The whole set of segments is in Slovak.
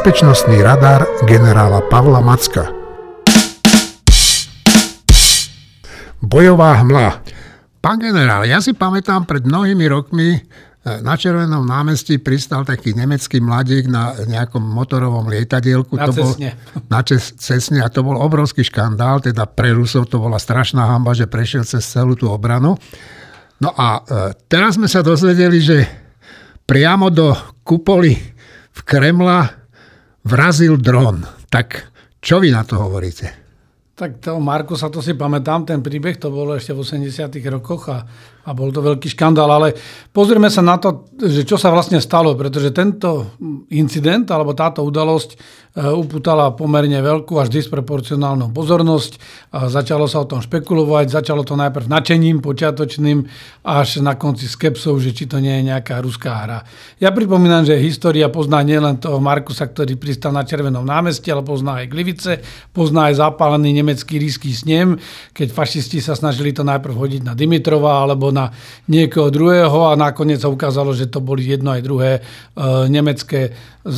bezpečnostný radar generála Pavla Macka. Bojová hmla. Pán generál, ja si pamätám, pred mnohými rokmi na Červenom námestí pristal taký nemecký mladík na nejakom motorovom lietadielku. Na Cessne. A to bol obrovský škandál, teda pre Rusov to bola strašná hanba, že prešiel cez celú tú obranu. No a teraz sme sa dozvedeli, že priamo do kupoly v Kremla vrazil dron. Tak čo vy na to hovoríte? Tak toho Markusa, to si pamätám, ten príbeh, to bolo ešte v 80. rokoch a bol to veľký škandál, ale pozrieme sa na to, že čo sa vlastne stalo, pretože tento incident alebo táto udalosť upútala pomerne veľkú až disproporcionálnu pozornosť. Začalo sa o tom špekulovať, začalo to najprv nadšením počiatočným až na konci skepsou, že či to nie je nejaká ruská hra. Ja pripomínam, že história pozná nielen toho Markusa, ktorý pristal na Červenom námestí, ale pozná aj Glivice, pozná aj zapálený nemecký ríšsky snem, keď fašisti sa snažili to najprv hodiť na Dimitrova alebo na niekoho druhého a nakoniec sa ukázalo, že to boli jedno aj druhé nemecké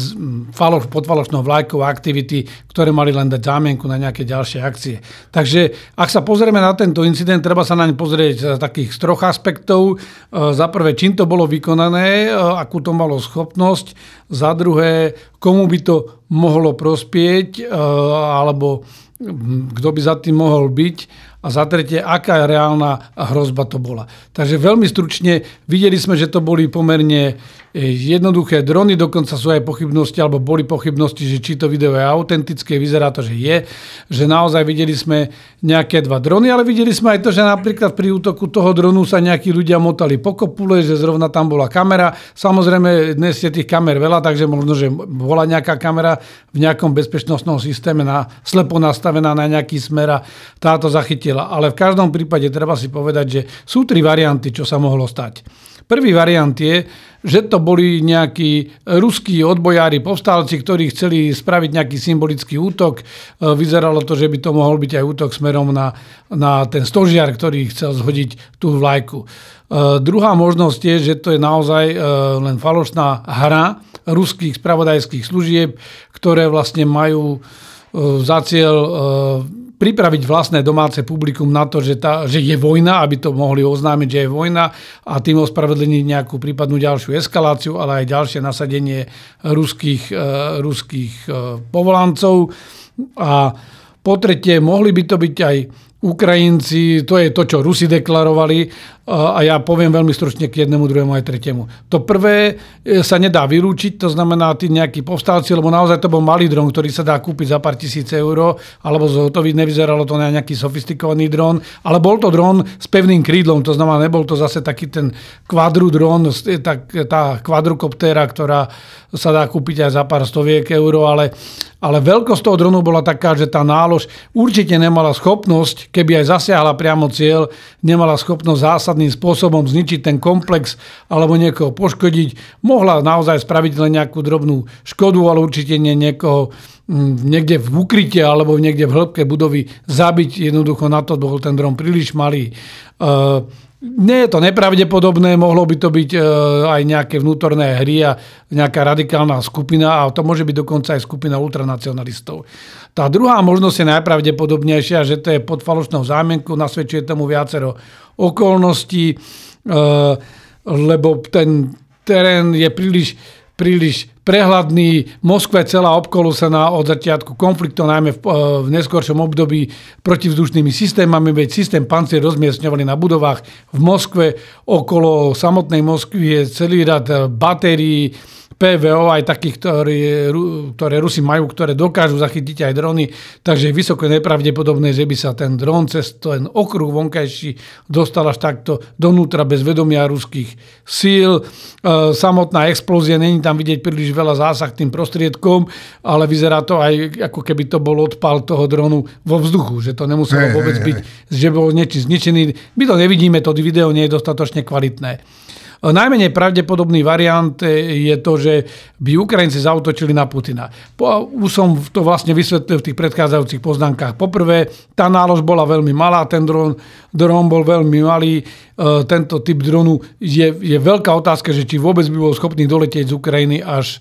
pod falošnou vlajkou aktivity, ktoré mali len dať zámienku na nejaké ďalšie akcie. Takže ak sa pozrieme na tento incident, treba sa naň pozrieť z takých troch aspektov. Za prvé, čím to bolo vykonané, akú to malo schopnosť. Za druhé, komu by to mohlo prospieť, alebo kto by za tým mohol byť. A za tretie, aká reálna hrozba to bola. Takže veľmi stručne videli sme, že to boli pomerne jednoduché drony, dokonca sú aj pochybnosti, alebo boli pochybnosti, že či to video je autentické, vyzerá to, že je, že naozaj videli sme nejaké dva drony, ale videli sme aj to, že napríklad pri útoku toho dronu sa nejakí ľudia motali po kopule, že zrovna tam bola kamera. Samozrejme, dnes je tých kamer veľa, takže možno, že bola nejaká kamera v nejakom bezpečnostnom systéme slepo nastavená na nejaký smer a táto zachytila. Ale v každom prípade treba si povedať, že sú tri varianty, čo sa mohlo stať. Prvý variant je, že to boli nejakí ruskí odbojári, povstalci, ktorí chceli spraviť nejaký symbolický útok. Vyzeralo to, že by to mohol byť aj útok smerom na ten stožiar, ktorý chcel zhodiť tú vlajku. Druhá možnosť je, že to je naozaj len falošná hra ruských spravodajských služieb, ktoré vlastne majú za cieľ pripraviť vlastné domáce publikum na to, že je vojna, aby to mohli oznámiť, že je vojna a tým ospravedlniť nejakú prípadnú ďalšiu eskaláciu, ale aj ďalšie nasadenie ruských povolancov. A po tretie, mohli by to byť aj Ukrajinci, to je to, čo Rusi deklarovali a ja poviem veľmi stručne k jednému, druhému aj tretiemu. To prvé sa nedá vylúčiť, to znamená tí nejakí povstalci, lebo naozaj to bol malý dron, ktorý sa dá kúpiť za pár tisíc eur, alebo zhotoviť, nevyzeralo to na nejaký sofistikovaný dron, ale bol to dron s pevným krídlom, to znamená, nebol to zase taký ten kvadru dron, tá kvadrukoptéra, ktorá sa dá kúpiť aj za pár stoviek eur, ale veľkosť toho dronu bola taká, že tá nálož určite nemala schopnosť, keby aj zasiahla priamo cieľ, nemala schopnosť zásadným spôsobom zničiť ten komplex alebo niekoho poškodiť. Mohla naozaj spraviť len nejakú drobnú škodu, ale určite nie niekoho niekde v ukryte alebo niekde v hĺbke budovy zabiť. Jednoducho na to bol ten dron príliš malý. Nie je to nepravdepodobné, mohlo by to byť aj nejaké vnútorné hry a nejaká radikálna skupina a to môže byť dokonca aj skupina ultranacionalistov. Tá druhá možnosť je najpravdepodobnejšia, že to je pod falošnou zámienkou, nasvedčuje tomu viacero okolností, lebo ten terén je príliš prehľadný. Moskva je celá obkolúsená od začiatku konfliktov, najmä v neskoršom období protivzdušnými systémami, veď systém Pancier rozmiestňovaný na budovách v Moskve. Okolo samotnej Moskvy je celý rad batérií, PVO, aj takých, ktoré Rusi majú, ktoré dokážu zachytiť aj drony, takže je vysoko nepravdepodobné, že by sa ten dron cez ten okruh vonkajší dostal až takto donútra bez vedomia ruských síl. Samotná explózia, není tam vidieť príliš veľa zásah tým prostriedkom, ale vyzerá to aj, ako keby to bol odpal toho dronu vo vzduchu, že to nemuselo vôbec byť, že bol niečím zničený. My to nevidíme, to video nie je dostatočne kvalitné. Najmenej pravdepodobný variant je to, že by Ukrajinci zaútočili na Putina. Už som to vlastne vysvetlil v tých predchádzajúcich poznámkach. Poprvé, tá nálož bola veľmi malá, ten dron bol veľmi malý. Tento typ dronu je veľká otázka, že či vôbec by bol schopný doletieť z Ukrajiny až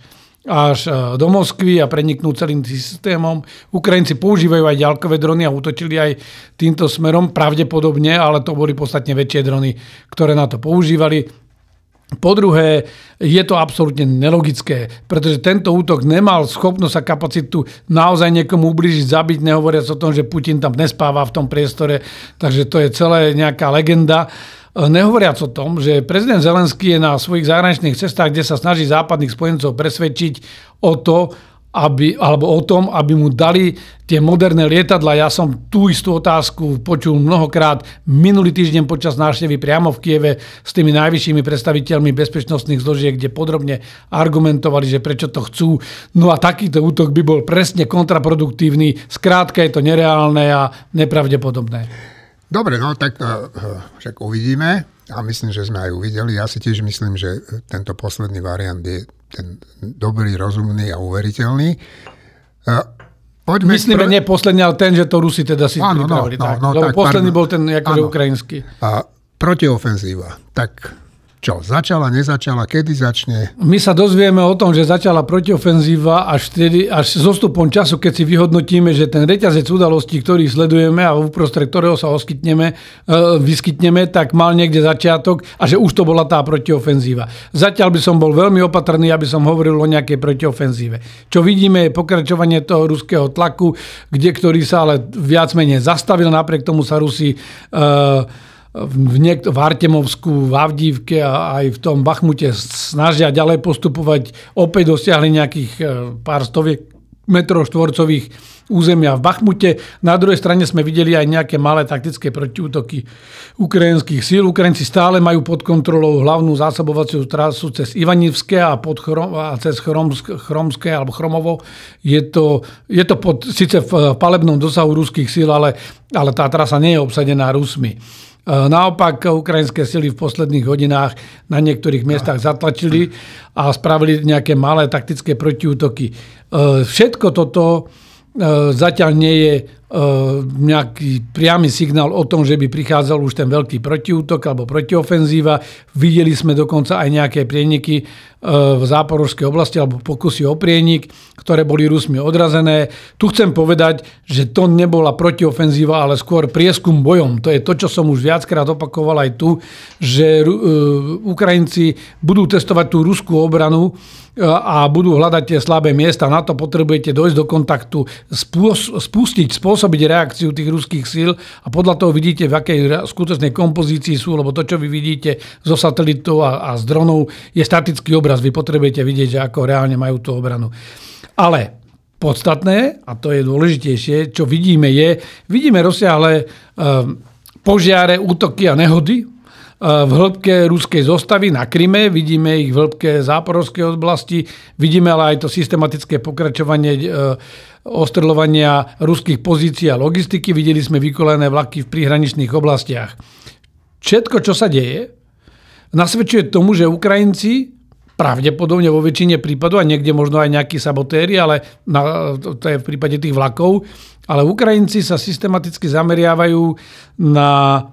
až do Moskvy a preniknú celým systémom. Ukrajinci používajú aj ďalkové drony a útočili aj týmto smerom, pravdepodobne, ale to boli podstatne väčšie drony, ktoré na to používali. Po druhé, je to absolútne nelogické, pretože tento útok nemal schopnosť a kapacitu naozaj niekomu ublížiť, zabiť, nehovoriac o tom, že Putin tam nespáva v tom priestore, takže to je celé nejaká legenda. Nehovoriac o tom, že prezident Zelenský je na svojich zahraničných cestách, kde sa snaží západných spojencov presvedčiť o tom, aby mu dali tie moderné lietadla. Ja som tú istú otázku počul mnohokrát minulý týždeň počas návštevy priamo v Kieve s tými najvyššími predstaviteľmi bezpečnostných zložiek, kde podrobne argumentovali, že prečo to chcú. No a takýto útok by bol presne kontraproduktívny. Skrátka je to nereálne a nepravdepodobné. Dobre, no tak však uvidíme a myslím, že sme aj uvideli. Ja si tiež myslím, že tento posledný variant je ten dobrý, rozumný a uveriteľný. Myslíme nie posledný, ale ten, že to Rusi teda si pripravili. Lebo posledný bol ten ukrajinský. A protiofenzíva. Tak čo, začala, nezačala, kedy začne? My sa dozvieme o tom, že začala protiofenzíva až s zostupom času, keď si vyhodnotíme, že ten reťazec udalostí, ktorý sledujeme a uprostred ktorého sa vyskytneme, tak mal niekde začiatok a že už to bola tá protiofenzíva. Zatiaľ by som bol veľmi opatrný, aby som hovoril o nejakej protiofenzíve. Čo vidíme je pokračovanie toho ruského tlaku, ktorý sa ale viac menej zastavil, napriek tomu sa Rusi v Artemovsku, v Avdívke a aj v tom Bachmute snažia ďalej postupovať. Opäť dosiahli nejakých pár stoviek metrov štvorcových územia v Bachmute. Na druhej strane sme videli aj nejaké malé taktické protiútoky ukrajinských síl. Ukrajinci stále majú pod kontrolou hlavnú zásobovaciu trasu cez Ivanivské a cez Chromské alebo Chromovo. Je to síce v palebnom dosahu ruských síl, ale tá trasa nie je obsadená Rusmi. Naopak, ukrajinské sily v posledných hodinách na niektorých miestach zatlačili a spravili nejaké malé taktické protiútoky. Všetko toto zatiaľ nie je nejaký priamy signál o tom, že by prichádzal už ten veľký protiútok alebo protiofenzíva. Videli sme dokonca aj nejaké prieniky v Záporožskej oblasti alebo pokusy o prienik, ktoré boli Rusmi odrazené. Tu chcem povedať, že to nebola protiofenzíva, ale skôr prieskum bojom. To je to, čo som už viackrát opakoval aj tu, že Ukrajinci budú testovať tú ruskú obranu a budú hľadať tie slabé miesta. Na to potrebujete dojsť do kontaktu, spôsobiť reakciu tých ruských síl a podľa toho vidíte, v akej skutočnej kompozícii sú, lebo to, čo vy vidíte zo satelitov a z dronov, je statický obraz. Vy potrebujete vidieť, že ako reálne majú tú obranu. Ale podstatné, a to je dôležitejšie, čo vidíme rozsiahle požiare, útoky a nehody v hĺbke ruskej zostavy na Kryme, vidíme ich v hĺbke Záporovskej oblasti, vidíme ale aj to systematické pokračovanie ostreľovania ruských pozícií a logistiky, videli sme vykolené vlaky v príhraničných oblastiach. Všetko, čo sa deje, nasvedčuje tomu, že Ukrajinci pravdepodobne vo väčšine prípadov, a niekde možno aj nejakí sabotéri, ale to je v prípade tých vlakov, ale Ukrajinci sa systematicky zameriavajú na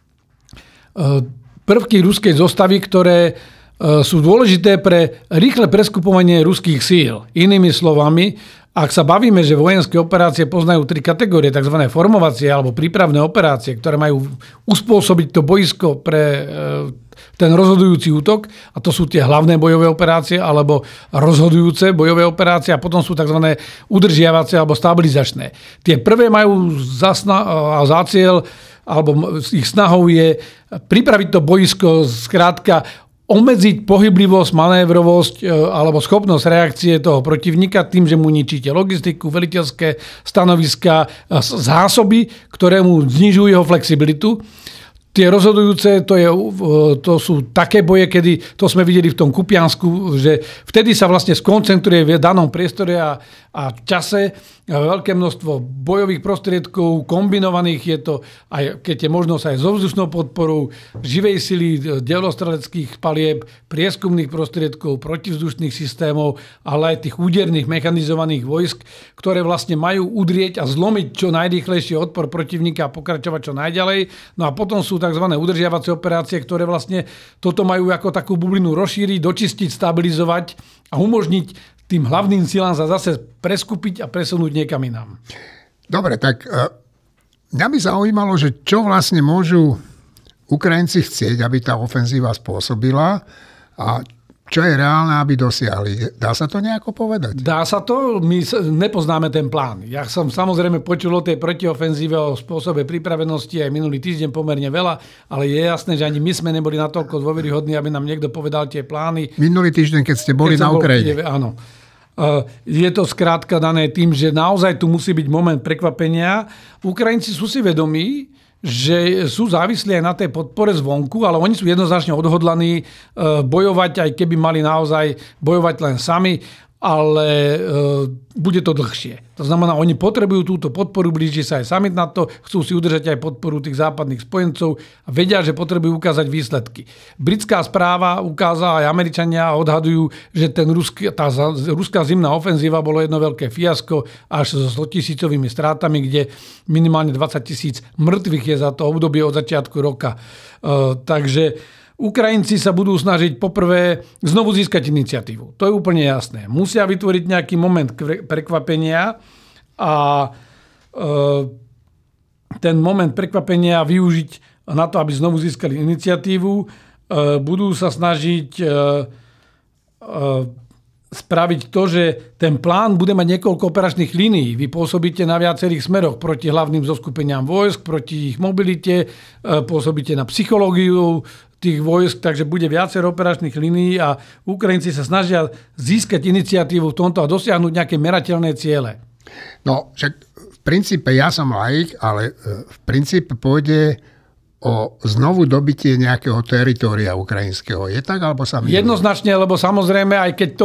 prvky ruskej zostavy, ktoré sú dôležité pre rýchle preskupovanie ruských síl. Inými slovami, ak sa bavíme, že vojenské operácie poznajú 3 kategórie, tzv. Formovacie alebo prípravné operácie, ktoré majú uspôsobiť to boisko pre ten rozhodujúci útok, a to sú tie hlavné bojové operácie alebo rozhodujúce bojové operácie, a potom sú tzv. Udržiavacie alebo stabilizačné. Tie prvé majú za cieľ, alebo ich snahou je pripraviť to boisko, skrátka obmedziť pohyblivosť, manévrovosť alebo schopnosť reakcie toho protivníka tým, že mu ničíte logistiku, veliteľské stanoviska, zásoby, ktoré mu znižujú jeho flexibilitu. Tie rozhodujúce, to sú také boje, kedy, to sme videli v tom Kupiansku, že vtedy sa vlastne skoncentruje v danom priestore a čase veľké množstvo bojových prostriedkov, kombinovaných, je to aj, keď je možnosť aj so vzdušnou podporou, živej sily, delostreleckých palieb, prieskumných prostriedkov, protivzdušných systémov, ale aj tých úderných mechanizovaných vojsk, ktoré vlastne majú udrieť a zlomiť čo najrýchlejšie odpor protivníka a pokračovať čo najďalej. No a potom sú tzv. Udržiavacie operácie, ktoré vlastne toto majú ako takú bublinu rozšíriť, dočistiť, stabilizovať a umožniť tým hlavným silám sa zase preskupiť a presunúť niekam inám. Dobre, tak mňa by zaujímalo, že čo vlastne môžu Ukrajinci chcieť, aby tá ofenzíva spôsobila a čo je reálne, aby dosiahli. Dá sa to nejako povedať? Dá sa to, my nepoznáme ten plán. Ja som samozrejme počul o tej protiofenzíve, o spôsobe pripravenosti aj minulý týždeň pomerne veľa, ale je jasné, že ani my sme neboli natoľko dôveryhodní, aby nám niekto povedal tie plány. Minulý týždeň, keď ste boli na Ukrajine. Áno. Je to skrátka dané tým, že naozaj tu musí byť moment prekvapenia. Ukrajinci sú si vedomí, že sú závislí aj na tej podpore zvonku, ale oni sú jednoznačne odhodlaní bojovať, aj keby mali naozaj bojovať len sami, ale bude to dlhšie. To znamená, oni potrebujú túto podporu, blíži sa aj summit na to, chcú si udržať aj podporu tých západných spojencov a vedia, že potrebujú ukázať výsledky. Britská správa ukázala, aj Američania odhadujú, že tá ruská zimná ofenzíva bolo jedno veľké fiasko až so 100 000 strátami, kde minimálne 20 000 mŕtvych je za to obdobie od začiatku roka. Takže Ukrajinci sa budú snažiť poprvé znovu získať iniciatívu. To je úplne jasné. Musia vytvoriť nejaký moment prekvapenia a ten moment prekvapenia využiť na to, aby znovu získali iniciatívu. Budú sa snažiť spraviť to, že ten plán bude mať niekoľko operačných línií. Vy pôsobíte na viacerých smeroch proti hlavným zoskupeniam vojsk, proti ich mobilite, pôsobíte na psychológiu tých vojsk, takže bude viacero operačných línií a Ukrajinci sa snažia získať iniciatívu v tomto a dosiahnuť nejaké merateľné ciele. No, však v princípe ja som laik, ale v princípe pôjde o znovu dobitie nejakého teritória ukrajinského. Je tak, alebo sa mýlim? Jednoznačne, lebo samozrejme, aj keď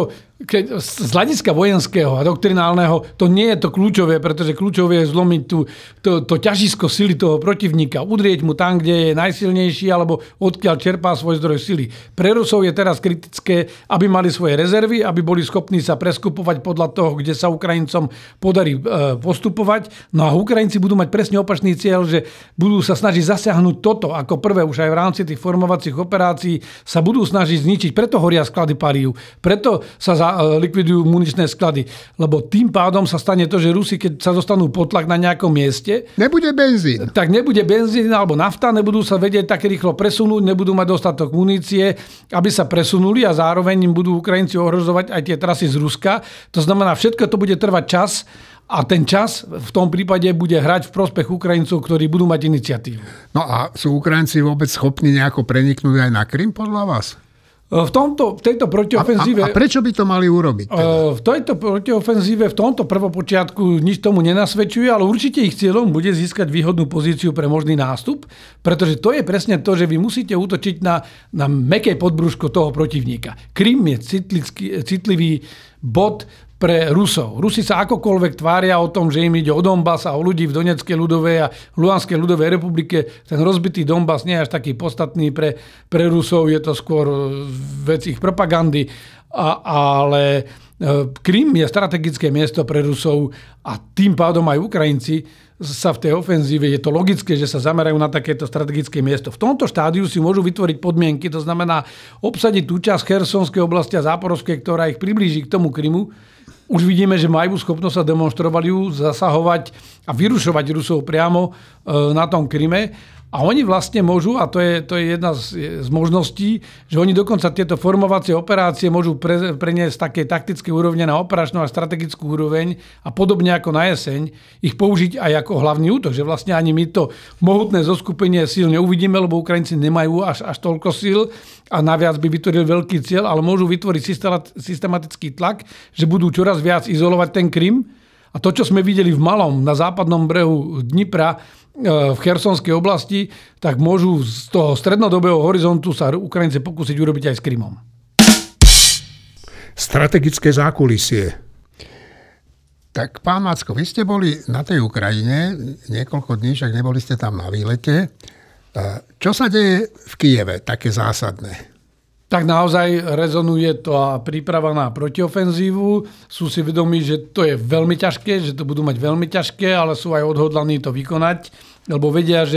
z hľadiska vojenského a doktrinálneho to nie je to kľúčové, pretože kľúčové je zlomiť to ťažisko sily toho protivníka, udrieť mu tam, kde je najsilnejší, alebo odkiaľ čerpá svoj zdroj sily. Pre Rusov je teraz kritické, aby mali svoje rezervy, aby boli schopní sa preskupovať podľa toho, kde sa Ukrajincom podarí postupovať. No a Ukrajinci budú mať presne opačný cieľ, že budú sa snažiť zasiahnuť toto, ako prvé už aj v rámci tých formovacích operácií sa budú snažiť zničiť. Preto horia sklady palív. Preto sa likvidujú muničné sklady. Lebo tým pádom sa stane to, že Rusi, keď sa dostanú pod tlak na nejakom mieste, nebude benzín. Tak nebude benzín alebo nafta, nebudú sa vedieť také rýchlo presunúť, nebudú mať dostatok munície, aby sa presunuli a zároveň im budú Ukrajinci ohrozovať aj tie trasy z Ruska. To znamená, všetko to bude trvať čas a ten čas v tom prípade bude hrať v prospech Ukrajincov, ktorí budú mať iniciatívu. No a sú Ukrajinci vôbec schopní nejako preniknúť aj na Krym podľa vás? V tejto protiofenzíve... A prečo by to mali urobiť? Teda? V tejto protiofenzíve v tomto prvopočiatku nič tomu nenasvedčuje, ale určite ich cieľom bude získať výhodnú pozíciu pre možný nástup, pretože to je presne to, že vy musíte útočiť na mäkké podbrúško toho protivníka. Krym je citlivý bod pre Rusov. Rusi sa akokoľvek tvária o tom, že im ide o Donbas a o ľudí v Donetskej ľudovej a Luhanskej ľudovej republike. Ten rozbitý Donbas nie je až taký podstatný pre Rusov, je to skôr vec ich propagandy, ale Krym je strategické miesto pre Rusov a tým pádom aj Ukrajinci sa v tej ofenzíve, je to logické, že sa zamerajú na takéto strategické miesto. V tomto štádiu si môžu vytvoriť podmienky, to znamená obsadiť tú časť Chersonskej oblasti a Záporovskej, ktorá ich priblíži k tomu Krymu. Už vidíme, že majú schopnosť a demonstrovali ju zasahovať a vyrušovať Rusov priamo na tom Kryme. A oni vlastne môžu, a to je jedna z možností, že oni dokonca tieto formovacie operácie môžu preniesť z takej taktickej úrovne na operačnú a strategickú úroveň a podobne ako na jeseň ich použiť aj ako hlavný útok. Že vlastne ani my to mohutné zoskupenie síl neuvidíme, lebo Ukrajinci nemajú až toľko síl a naviac by vytvorili veľký cieľ, ale môžu vytvoriť systematický tlak, že budú čoraz viac izolovať ten Krym. A to, čo sme videli v malom, na západnom brehu Dnipra, v Chersonskej oblasti, tak môžu z toho strednodobého horizontu sa Ukrajinci pokúsiť urobiť aj s Krymom. Strategické zákulisie. Tak, pán Macko, vy ste boli na tej Ukrajine niekoľko dní, však neboli ste tam na výlete. Čo sa deje v Kyjeve, také zásadné? Tak naozaj rezonuje to a príprava na protiofenzívu. Sú si vedomí, že to je veľmi ťažké, že to budú mať veľmi ťažké, ale sú aj odhodlaní to vykonať, lebo vedia, že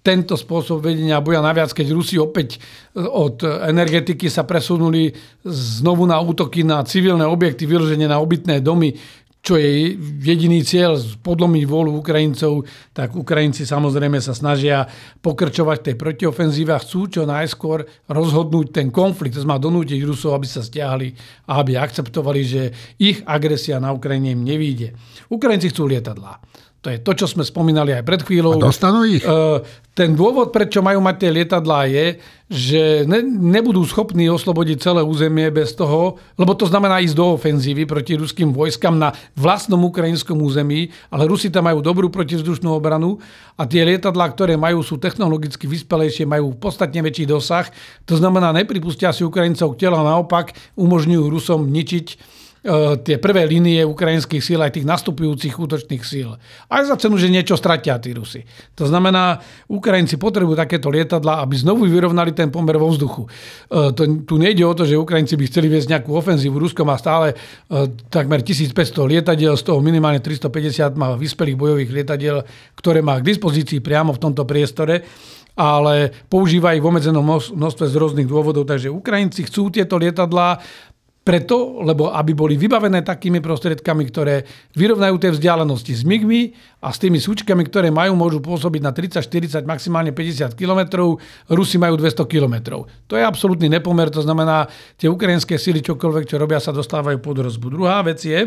tento spôsob vedenia boja naviac, keď Rusi opäť od energetiky sa presunuli znovu na útoky na civilné objekty, vyloženie na obytné domy, čo je jediný cieľ podlomiť vôľu Ukrajincov, tak Ukrajinci samozrejme sa snažia pokračovať v tej protiofenzíve a chcú čo najskôr rozhodnúť ten konflikt. To znamená donútiť Rusov, aby sa stiahli a aby akceptovali, že ich agresia na Ukrajine im nevyjde. Ukrajinci chcú lietadlá. To je to, čo sme spomínali aj pred chvíľou. A dostanú ich? Ten dôvod, prečo majú mať tie lietadlá, je, že nebudú schopní oslobodiť celé územie bez toho, lebo to znamená ísť do ofenzívy proti ruským vojskám na vlastnom ukrajinskom území, ale Rusi tam majú dobrú protivzdušnú obranu a tie lietadlá, ktoré majú, sú technologicky vyspelejšie, majú podstatne väčší dosah. To znamená, nepripustia si Ukrajincov k telu, naopak umožňujú Rusom ničiť tie prvé línie ukrajinských síl aj tých nastupujúcich útočných síl. Aj za cenu, že niečo stratia tí Rusi. To znamená, Ukrajinci potrebujú takéto lietadlá, aby znovu vyrovnali ten pomer vo vzduchu. Tu nejde o to, že Ukrajinci by chceli viesť nejakú ofenzívu. Rusko má stále takmer 1500 lietadiel, z toho minimálne 350 má vyspelých bojových lietadiel, ktoré má k dispozícii priamo v tomto priestore, ale používa ich v obmedzenom množstve z rôznych dôvodov. Takže Ukrajinci chcú tieto lietadlá preto, lebo aby boli vybavené takými prostriedkami, ktoré vyrovnajú tie vzdialenosti s MIGmi a s tými súčkami, ktoré môžu pôsobiť na 30, 40, maximálne 50 km. Rusi majú 200 km. To je absolútny nepomer, to znamená, tie ukrajinské sily, čokoľvek, čo robia, sa dostávajú pod hrozbu. Druhá vec je,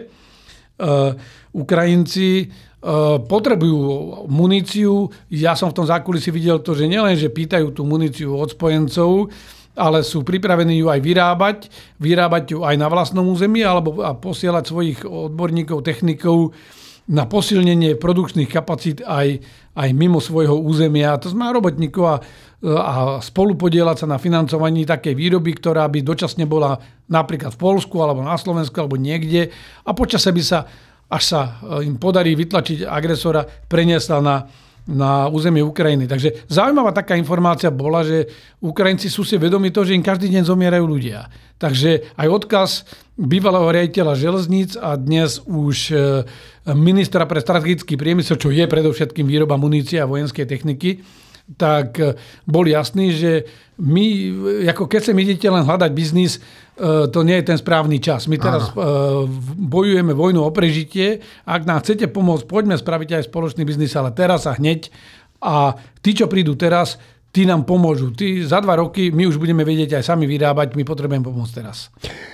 Ukrajinci potrebujú muníciu. Ja som v tom zákulisí videl to, že nielen, že pýtajú tú muníciu od spojencov, ale sú pripravení ju aj vyrábať ju aj na vlastnom území alebo posielať svojich odborníkov, technikov na posilnenie produkčných kapacít aj mimo svojho územia. To znamená robotníkov a spolupodielať sa na financovaní takej výroby, ktorá by dočasne bola napríklad v Poľsku alebo na Slovensku alebo niekde a počase by sa, až sa im podarí vytlačiť agresora, preniesla na územie Ukrajiny. Takže zaujímavá taká informácia bola, že Ukrajinci sú si vedomi toho, že im každý deň zomierajú ľudia. Takže aj odkaz bývalého riaditeľa železníc a dnes už ministra pre strategický priemysel, čo je predovšetkým výroba munície a vojenskej techniky, tak bol jasný, že my, ako keď sem idete len hľadať biznis, to nie je ten správny čas. My teraz bojujeme vojnu o prežitie. Ak nám chcete pomôcť, poďme spraviť aj spoločný biznis, ale teraz a hneď. A tí, čo prídu teraz, tí nám pomôžu. Tí za 2 roky my už budeme vedieť aj sami vyrábať, my potrebujeme pomôcť teraz.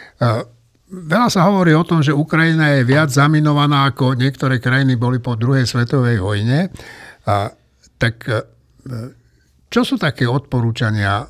Veľa sa hovorí o tom, že Ukrajina je viac zaminovaná, ako niektoré krajiny boli po druhej svetovej vojne. Tak čo sú také odporúčania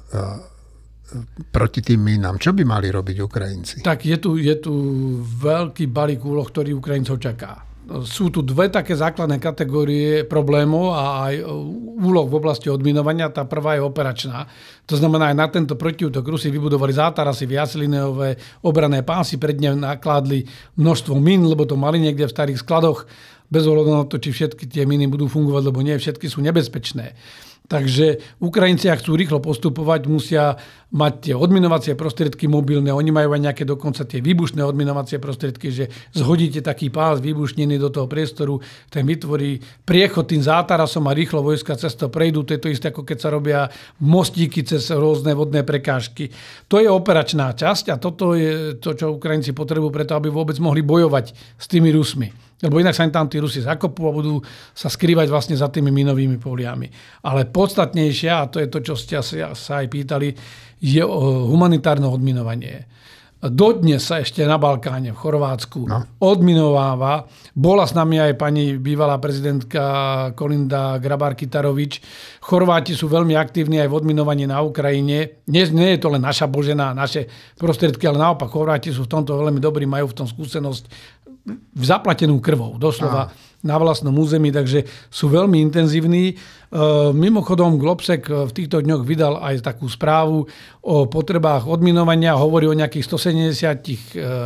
proti tým mínam? Čo by mali robiť Ukrajinci? Tak je tu veľký balík úloh, ktorý Ukrajincov čaká. Sú tu 2 také základné kategórie problémov a aj úloh v oblasti odminovania. Tá prvá je operačná. To znamená, aj na tento protiútok Rusi vybudovali zátarasy, viaclineové obranné pásy, pred ňou nakládli množstvo mín, lebo to mali niekde v starých skladoch, bez ohľadu na to, či všetky tie míny budú fungovať, lebo nie všetky sú nebezpečné. Takže Ukrajinci, ak chcú rýchlo postupovať, musia mať tie odminovacie prostriedky mobilné. Oni majú aj nejaké dokonca tie výbušné odminovacie prostriedky, že zhodíte taký pás výbušnený do toho priestoru, ten vytvorí priechod tým zátarasom a rýchlo vojska cez to prejdú. To je to isté, ako keď sa robia mostíky cez rôzne vodné prekážky. To je operačná časť a toto je to, čo Ukrajinci potrebujú preto, aby vôbec mohli bojovať s tými Rusmi. Lebo inak sa im tam tí Rusi zakopú a budú sa skrývať vlastne za tými minovými poliami. Ale podstatnejšie, a to je to, čo ste sa aj pýtali, je humanitárne odminovanie. Dodnes sa ešte na Balkáne, v Chorvátsku, odminováva. Bola s nami aj pani bývalá prezidentka Kolinda Grabar-Kitarovič. Chorváti sú veľmi aktívni aj v odminovaní na Ukrajine. Nie je to len naša božena, naše prostriedky, ale naopak Chorváti sú v tomto veľmi dobrí, majú v tom skúsenosť zaplatenú krvou, doslova na vlastnom území, takže sú veľmi intenzívni. Mimochodom, Globsek v týchto dňoch vydal aj takú správu o potrebách odminovania, hovorí o nejakých 170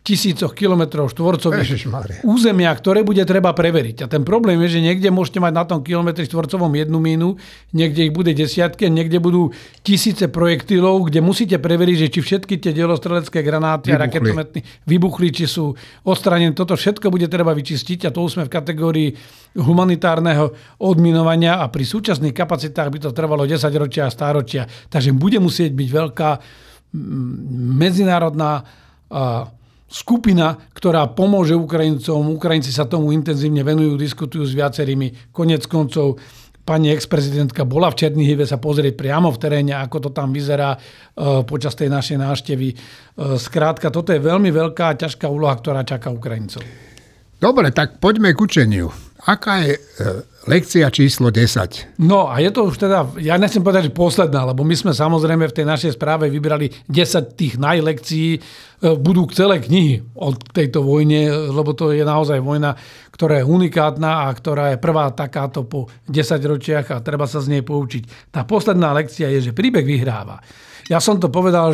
tisícoch kilometrov štvorcových územia, ktoré bude treba preveriť. A ten problém je, že niekde môžete mať na tom kilometri štvorcovom 1 mínu, niekde ich bude desiatky, niekde budú tisíce projektilov, kde musíte preveriť, že či všetky tie dielostrelecké granáty a raketometny vybuchli, či sú odstranené. Toto všetko bude treba vyčistiť a to už sme v kategórii humanitárneho odminovania a pri súčasných kapacitách by to trvalo 10 ročia a stáročia. Takže bude musieť byť veľká medzinárodná skupina, ktorá pomôže Ukrajincom. Ukrajinci sa tomu intenzívne venujú, diskutujú s viacerými. Konec koncov pani ex-prezidentka bola v Černihive sa pozrieť priamo v teréne, ako to tam vyzerá počas tej našej návštevy. Skrátka, toto je veľmi veľká a ťažká úloha, ktorá čaká Ukrajincov. Dobre, tak poďme k učeniu. Aká je lekcia číslo 10? No a je to už teda, ja nechcem povedať, že posledná, lebo my sme samozrejme v tej našej správe vybrali 10 tých najlekcií. Budú celé knihy o tejto vojne, lebo to je naozaj vojna, ktorá je unikátna a ktorá je prvá takáto po 10 ročiach a treba sa z nej poučiť. Tá posledná lekcia je, že príbeh vyhráva. Ja som to povedal,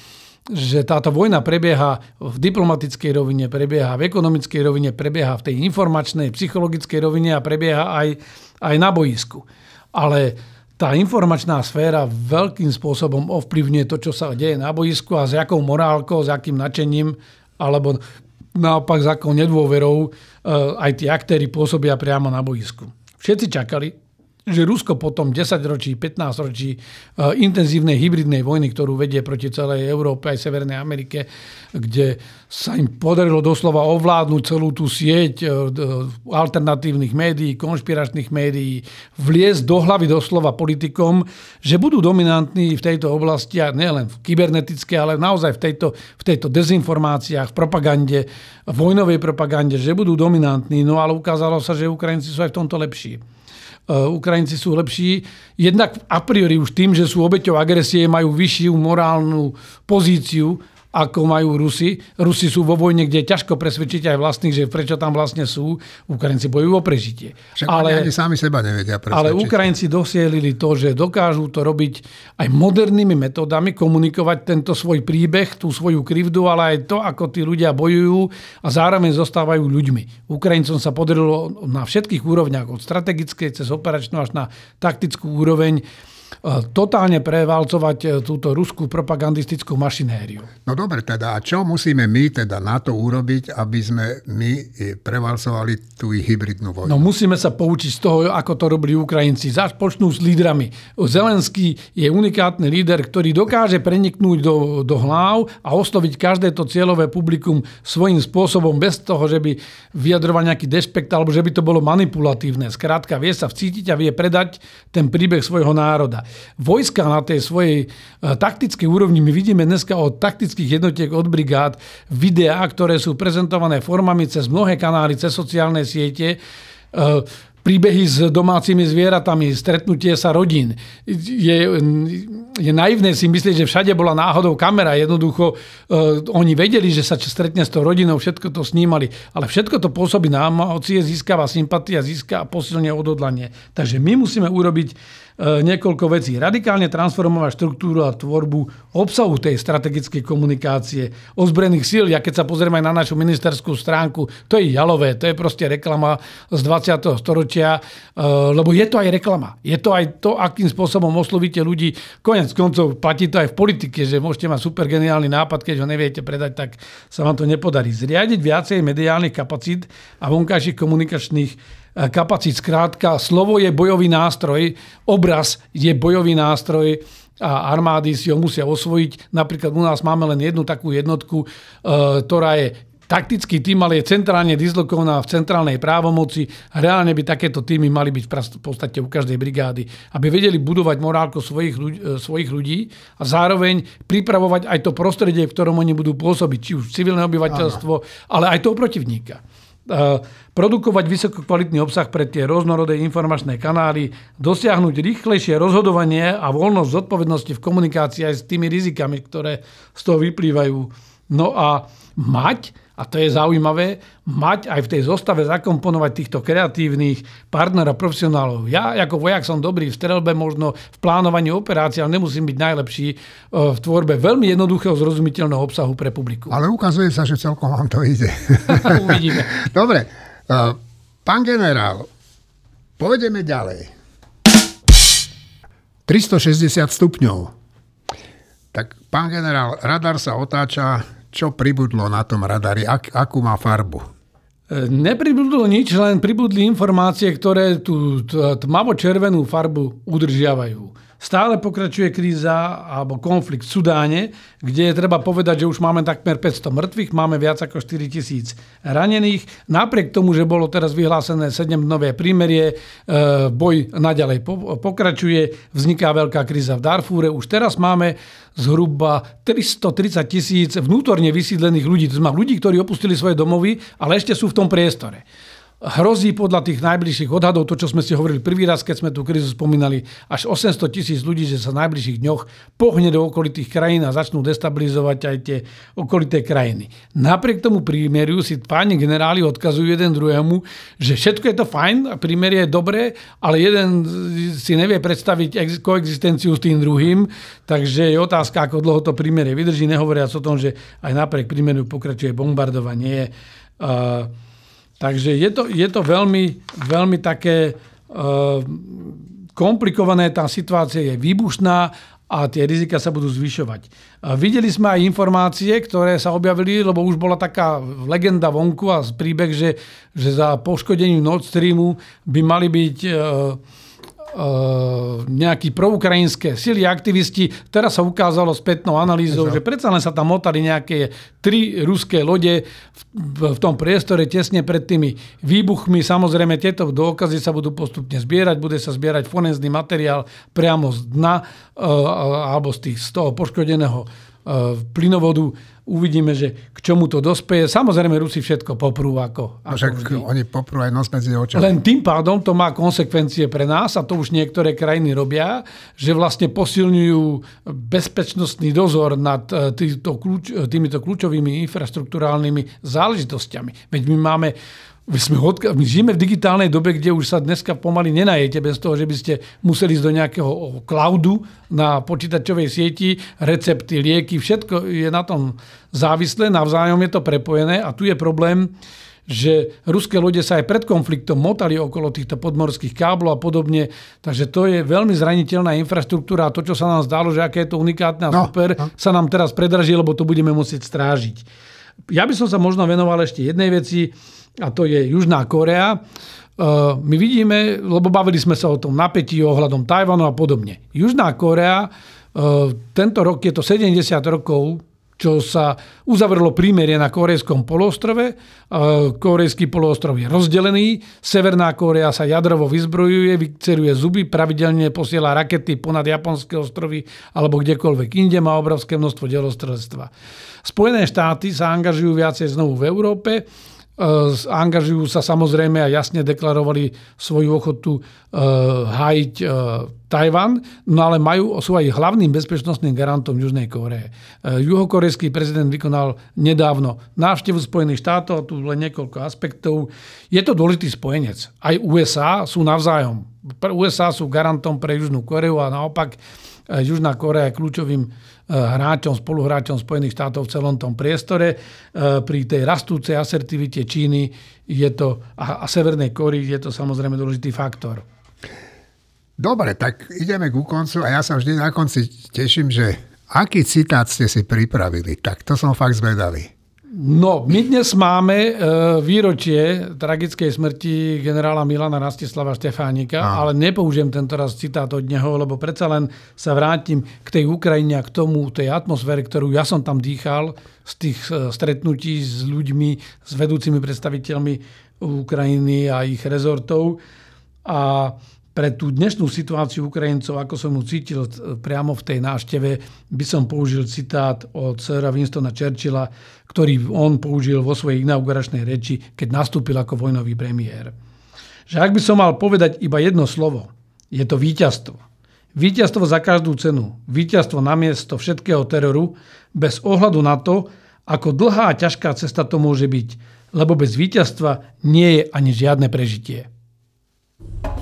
že táto vojna prebieha v diplomatickej rovine, prebieha v ekonomickej rovine, prebieha v tej informačnej, psychologickej rovine a prebieha aj na boisku. Ale tá informačná sféra veľkým spôsobom ovplyvňuje to, čo sa deje na boisku a s jakou morálkou, s akým nadšením, alebo naopak s akou nedôverou aj tí aktéri pôsobia priamo na boisku. Všetci čakali, že Rusko potom 10 ročí, 15 ročí intenzívnej hybridnej vojny, ktorú vedie proti celej Európe aj Severnej Amerike, kde sa im podarilo doslova ovládnuť celú tú sieť alternatívnych médií, konšpiračných médií, vliesť do hlavy doslova politikom, že budú dominantní v tejto oblasti, a nielen v kybernetickej, ale naozaj v tejto dezinformáciách, v propagande, vojnovej propagande, že budú dominantní. No ale ukázalo sa, že Ukrajinci sú aj v tomto lepší. Ukrajinci sú lepší. Jednak a priori už tým, že sú obeťou agresie, majú vyššiu morálnu pozíciu, ako majú Rusi. Rusi sú vo vojne, kde je ťažko presvedčiť aj vlastných, že prečo tam vlastne sú. Ukrajinci bojujú o prežitie. Však ani sami seba nevedia presvedčiť. Ale Ukrajinci dosielili to, že dokážu to robiť aj modernými metódami, komunikovať tento svoj príbeh, tú svoju krivdu, ale aj to, ako tí ľudia bojujú a zároveň zostávajú ľuďmi. Ukrajincom sa podarilo na všetkých úrovniach, od strategickej cez operačnú až na taktickú úroveň, totálne prevalcovať túto ruskú propagandistickú mašinériu. No dobre, teda a čo musíme my teda na to urobiť, aby sme my prevalcovali tú hybridnú vojnu? No musíme sa poučiť z toho, ako to robili Ukrajinci. Počnú s lídrami. Zelenský je unikátny líder, ktorý dokáže preniknúť do hlav a osloviť každé to cieľové publikum svojím spôsobom bez toho, že by vyjadroval nejaký dešpekt alebo že by to bolo manipulatívne. Skrátka, vie sa vcítiť a vie predať ten príbeh svojho národa. Vojska na tej svojej taktickej úrovni, my vidíme dneska od taktických jednotiek, od brigád, videá, ktoré sú prezentované formami cez mnohé kanály, cez sociálne siete, príbehy s domácimi zvieratami, stretnutie sa rodín. Je naivné si myslieť, že všade bola náhodou kamera. Jednoducho oni vedeli, že sa stretne s tou rodinou, všetko to snímali. Ale všetko to pôsobí na emócie, získava sympatia, získa a posilňuje odhodlanie. Takže my musíme urobiť niekoľko vecí. Radikálne transformovať štruktúru a tvorbu obsahu tej strategickej komunikácie ozbrojených síl. Ja keď sa pozrieme aj na našu ministerskú stránku, to je jalové, to je proste reklama z 20. storočia, lebo je to aj reklama. Je to aj to, akým spôsobom oslovíte ľudí. Koniec koncov platí to aj v politike, že môžete mať super geniálny nápad, keď ho neviete predať, tak sa vám to nepodarí. Zriadiť viacej mediálnych kapacít a vonkajších komunikačných kapacít. Skrátka, slovo je bojový nástroj, obraz je bojový nástroj a armády si ho musia osvojiť. Napríklad u nás máme len jednu takú jednotku, ktorá je taktický tím, ale je centrálne dislokovaná v centrálnej právomoci. Reálne by takéto týmy mali byť v podstate u každej brigády, aby vedeli budovať morálku svojich ľudí a zároveň pripravovať aj to prostredie, v ktorom oni budú pôsobiť, či už civilné obyvateľstvo, ale aj toho protivníka. Produkovať vysokokvalitný obsah pre tie rôznorodé informačné kanály, dosiahnuť rýchlejšie rozhodovanie a voľnosť zodpovednosti v komunikácii aj s tými rizikami, ktoré z toho vyplývajú. No a a to je zaujímavé, mať aj v tej zostave zakomponovať týchto kreatívnych partnerov, profesionálov. Ja ako vojak som dobrý v streľbe, možno v plánovaní operácií, ale nemusím byť najlepší v tvorbe veľmi jednoduchého, zrozumiteľného obsahu pre publikum. Ale ukazuje sa, že celkom vám to ide. Uvidíme. Dobre. Pán generál, pôjdeme ďalej. 360 stupňov. Tak, pán generál, radar sa otáča. Čo pribudlo na tom radari? Akú má farbu? Nepribudlo nič, len pribudli informácie, ktoré tú tmavo-červenú farbu udržiavajú. Stále pokračuje kríza alebo konflikt v Sudáne, kde je treba povedať, že už máme takmer 500 mŕtvych, máme viac ako 4000 ranených. Napriek tomu, že bolo teraz vyhlásené 7-dňové prímerie, boj naďalej pokračuje, vzniká veľká kríza v Darfúre. Už teraz máme zhruba 330 000 vnútorne vysídlených ľudí. To znamená ľudí, ktorí opustili svoje domovy, ale ešte sú v tom priestore. Hrozí podľa tých najbližších odhadov, to, čo sme si hovorili prvý raz, keď sme tú krízu spomínali, až 800 000 ľudí, že sa v najbližších dňoch pohne do okolitých krajín a začnú destabilizovať aj tie okolité krajiny. Napriek tomu prímeriu si páni generáli odkazujú jeden druhému, že všetko je to fajn a prímerie je dobré, ale jeden si nevie predstaviť koexistenciu s tým druhým, takže je otázka, ako dlho to prímerie vydrží, nehovoriac o tom, že aj napriek prímeriu pokračuje bombardovanie. Takže je to veľmi, veľmi také komplikované, tá situácia je výbušná a tie rizika sa budú zvyšovať. Videli sme aj informácie, ktoré sa objavili, lebo už bola taká legenda vonku a príbeh, že za poškodením Nord Streamu by mali byť nejaké proukrajinské sily, aktivisti. Teraz sa ukázalo spätnou analýzou, že predsa len sa tam motali nejaké 3 ruské lode v tom priestore tesne pred tými výbuchmi. Samozrejme, tieto dôkazy sa budú postupne zbierať. Bude sa zbierať forenzný materiál priamo z dna alebo z toho poškodeného plynovodu. Uvidíme, že k čomu to dospeje. Samozrejme, Rusi všetko poprú ako vždy. Oni poprú aj nos medzi očami. Len tým pádom to má konsekvencie pre nás a to už niektoré krajiny robia, že vlastne posilňujú bezpečnostný dozor nad týmito kľúčovými infraštruktúrálnymi záležitosťami. Veď my žijeme v digitálnej dobe, kde už sa dneska pomaly nenajete bez toho, že by ste museli ísť do nejakého cloudu na počítačovej sieti, recepty, lieky, všetko je na tom závislé, navzájom je to prepojené a tu je problém, že ruské lode sa aj pred konfliktom motali okolo týchto podmorských káblov a podobne, takže to je veľmi zraniteľná infraštruktúra a to, čo sa nám zdalo, že aké je to unikátne a super, sa nám teraz predraží, lebo to budeme musieť strážiť. Ja by som sa možno venoval ešte jednej veci, a to je Južná Kórea. My vidíme, lebo bavili sme sa o tom napätí ohľadom Tajvanu a podobne. Južná Kórea, tento rok je to 70 rokov, čo sa uzavrelo prímerie na Kórejskom poloostrove. Kórejský poloostrov je rozdelený. Severná Kórea sa jadrovo vyzbrojuje, vyceruje zuby, pravidelne posiela rakety ponad Japonské ostrovy alebo kdekoľvek inde, má obrovské množstvo delostrelstva. Spojené štáty sa angažujú viacej znovu v Európe. Angažujú sa samozrejme a jasne deklarovali svoju ochotu hájiť Tajvan, no ale sú aj hlavným bezpečnostným garantom Južnej Kóree. Juhokorejský prezident vykonal nedávno návštevu Spojených štátov, tu len niekoľko aspektov. Je to dôležitý spojenec. Aj USA sú navzájom. USA sú garantom pre Južnú Kóreu a naopak Južná Kórea je kľúčovým spoluhráčom Spojených štátov v celom tom priestore. Pri tej rastúcej asertivite Číny a Severnej Kórey je to samozrejme dôležitý faktor. Dobre, tak ideme ku koncu a ja sa vždy na konci teším, že aký citát ste si pripravili. Tak to som fakt zvedavý. No, my dnes máme výročie tragickej smrti generála Milana Rastislava Štefánika, ale nepoužijem tento raz citát od neho, lebo predsa len sa vrátim k tej Ukrajine a k tej atmosfére, ktorú ja som tam dýchal z tých stretnutí s ľuďmi, s vedúcimi predstaviteľmi Ukrajiny a ich rezortov. A pre tú dnešnú situáciu Ukrajincov, ako som ju cítil priamo v tej návšteve, by som použil citát od sira Winstona Churchilla, ktorý on použil vo svojej inauguračnej reči, keď nastúpil ako vojnový premiér. Že ak by som mal povedať iba jedno slovo, je to víťazstvo. Víťazstvo za každú cenu. Víťazstvo namiesto všetkého teroru, bez ohľadu na to, ako dlhá a ťažká cesta to môže byť, lebo bez víťazstva nie je ani žiadne prežitie.